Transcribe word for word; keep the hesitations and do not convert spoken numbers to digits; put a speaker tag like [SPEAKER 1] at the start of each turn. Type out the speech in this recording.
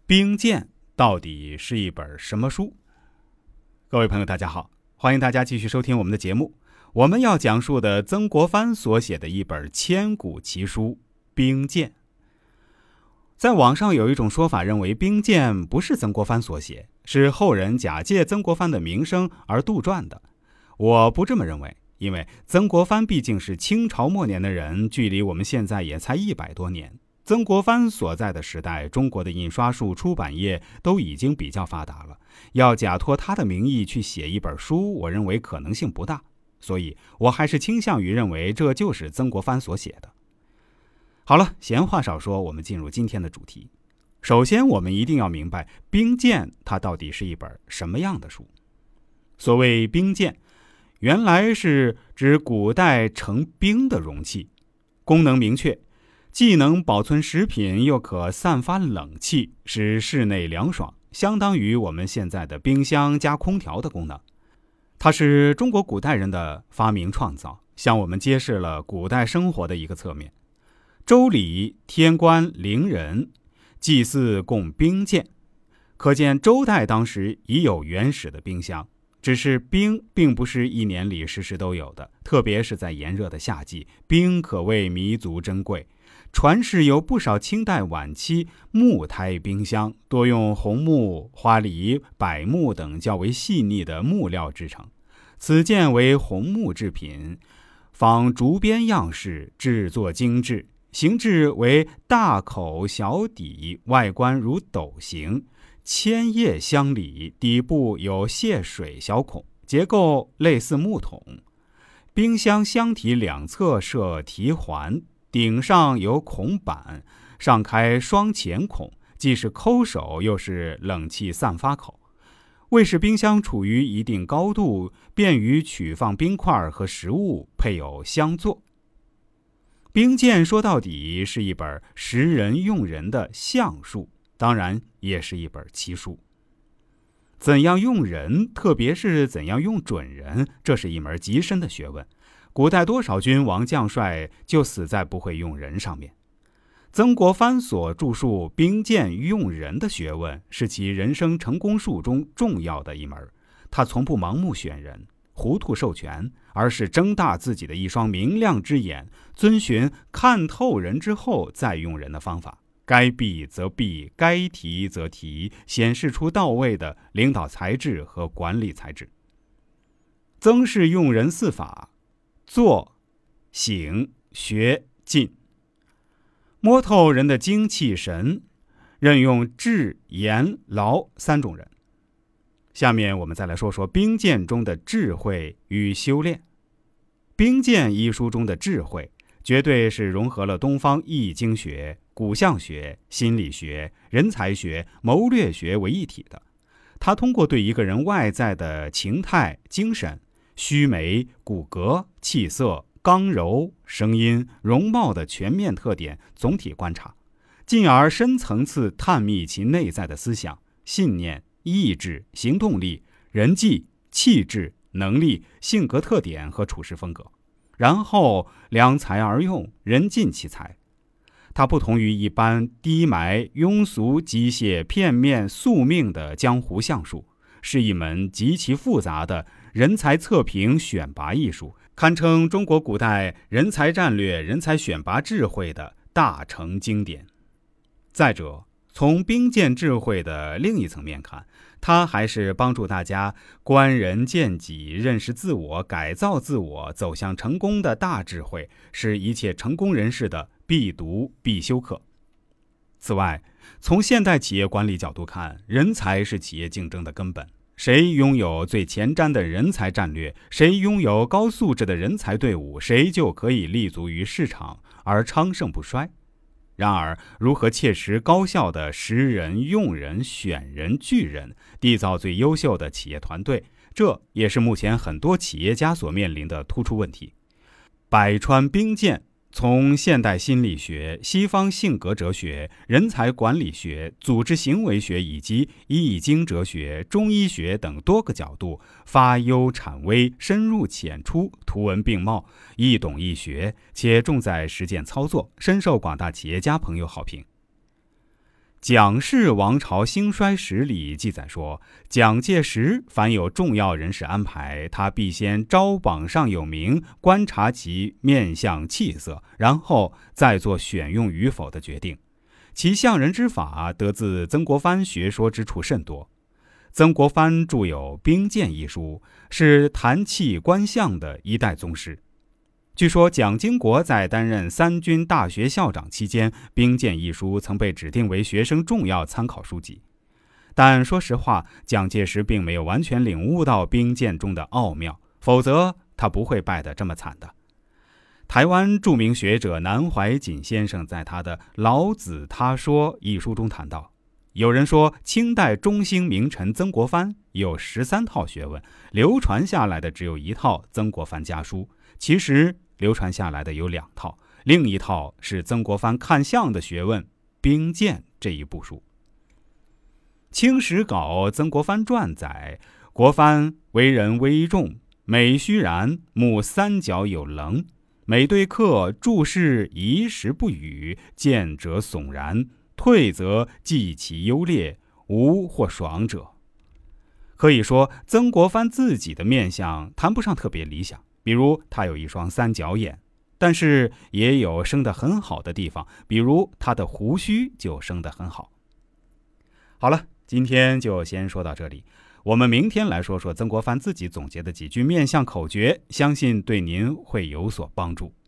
[SPEAKER 1] 兵谏到底是一本什么书？各位朋友大家好，欢迎大家继续收听我们的节目。我们要讲述的曾国藩所写的一本千古奇书《兵谏》。在网上有一种说法认为兵谏不是曾国藩所写，是后人假借曾国藩的名声而杜撰的。我不这么认为，因为曾国藩毕竟是清朝末年的人，距离我们现在也才一百多年。曾国藩所在的时代，中国的印刷术、出版业都已经比较发达了，要假托他的名义去写一本书，我认为可能性不大，所以我还是倾向于认为这就是曾国藩所写的。好了，闲话少说，我们进入今天的主题。首先，我们一定要明白兵谏它到底是一本什么样的书。所谓兵谏，原来是指古代盛冰的容器，功能明确，既能保存食品，又可散发冷气，使室内凉爽，相当于我们现在的冰箱加空调的功能。它是中国古代人的发明创造，向我们揭示了古代生活的一个侧面。周礼天官陵人祭祀供冰鉴，可见周代当时已有原始的冰箱，只是冰并不是一年里时时都有的，特别是在炎热的夏季，冰可谓弥足珍贵。传世有不少清代晚期木胎冰箱，多用红木、花梨、柏木等较为细腻的木料制成。此件为红木制品，仿竹编样式，制作精致，形制为大口小底，外观如斗形，千叶相里，底部有泄水小孔，结构类似木桶。冰箱箱体两侧设提环，顶上有孔板，上开双前孔，既是抠手又是冷气散发口。为使冰箱处于一定高度，便于取放冰块和食物，配有箱座。兵谏说到底是一本识人用人的相术，当然也是一本奇书。怎样用人，特别是怎样用准人，这是一门极深的学问。古代多少君王将帅就死在不会用人上面。曾国藩所著述兵谏用人的学问，是其人生成功术中重要的一门。他从不盲目选人，糊涂授权，而是睁大自己的一双明亮之眼，遵循看透人之后再用人的方法，该避则避，该提则提，显示出到位的领导才智和管理才智。曾氏用人四法：做、醒、学、进。摸透人的精气神，任用智、言、劳三种人。下面我们再来说说兵谏中的智慧与修炼。兵谏一书中的智慧，绝对是融合了东方易经学、骨相学、心理学、人才学、谋略学为一体的。它通过对一个人外在的情态、精神、须眉、骨骼、气色、刚柔、声音、容貌的全面特点总体观察，进而深层次探秘其内在的思想、信念、意志、行动力、人际、气质、能力、性格特点和处事风格，然后量才而用，人尽其才。它不同于一般低埋、庸俗、机械、片面、宿命的江湖相术，是一门极其复杂的人才测评选拔艺术，堪称中国古代人才战略、人才选拔智慧的大成经典。再者，从兵谏智慧的另一层面看，它还是帮助大家观人见己、认识自我、改造自我、走向成功的大智慧，是一切成功人士的必读必修课。此外，从现代企业管理角度看，人才是企业竞争的根本。谁拥有最前瞻的人才战略，谁拥有高素质的人才队伍，谁就可以立足于市场而昌盛不衰。然而，如何切实高效地识人、用人、选人、聚人，缔造最优秀的企业团队，这也是目前很多企业家所面临的突出问题。百川兵谏从现代心理学、西方性格哲学、人才管理学、组织行为学以及易经哲学、中医学等多个角度，发优产微，深入浅出，图文并茂，易懂易学，且重在实践操作，深受广大企业家朋友好评。 蒋氏王朝兴衰史里记载说，蒋介石凡有重要人士安排，他必先招榜上有名，观察其面相气色，然后再做选用与否的决定。其相人之法，得自曾国藩学说之处甚多。曾国藩著有《兵谏》一书，是谈气观相的一代宗师。据说蒋经国在担任三军大学校长期间，《兵谏》一书曾被指定为学生重要参考书籍。但说实话，蒋介石并没有完全领悟到《兵谏》中的奥妙，否则他不会败得这么惨的。台湾著名学者南怀瑾先生在他的《老子他说》一书中谈到，有人说清代中兴名臣曾国藩有十三套学问，流传下来的只有一套《曾国藩家书》，其实流传下来的有两套，另一套是曾国藩看相的学问《兵谏》这一部书。《清史稿·曾国藩传》载，国藩为人威重，美须髯，目三角有棱，每对客注视宜时不语，见者悚然，退则记其优劣，无或爽者。可以说曾国藩自己的面相谈不上特别理想，比如他有一双三角眼，但是也有生得很好的地方，比如他的胡须就生得很好。好了，今天就先说到这里，我们明天来说说曾国藩自己总结的几句面相口诀，相信对您会有所帮助。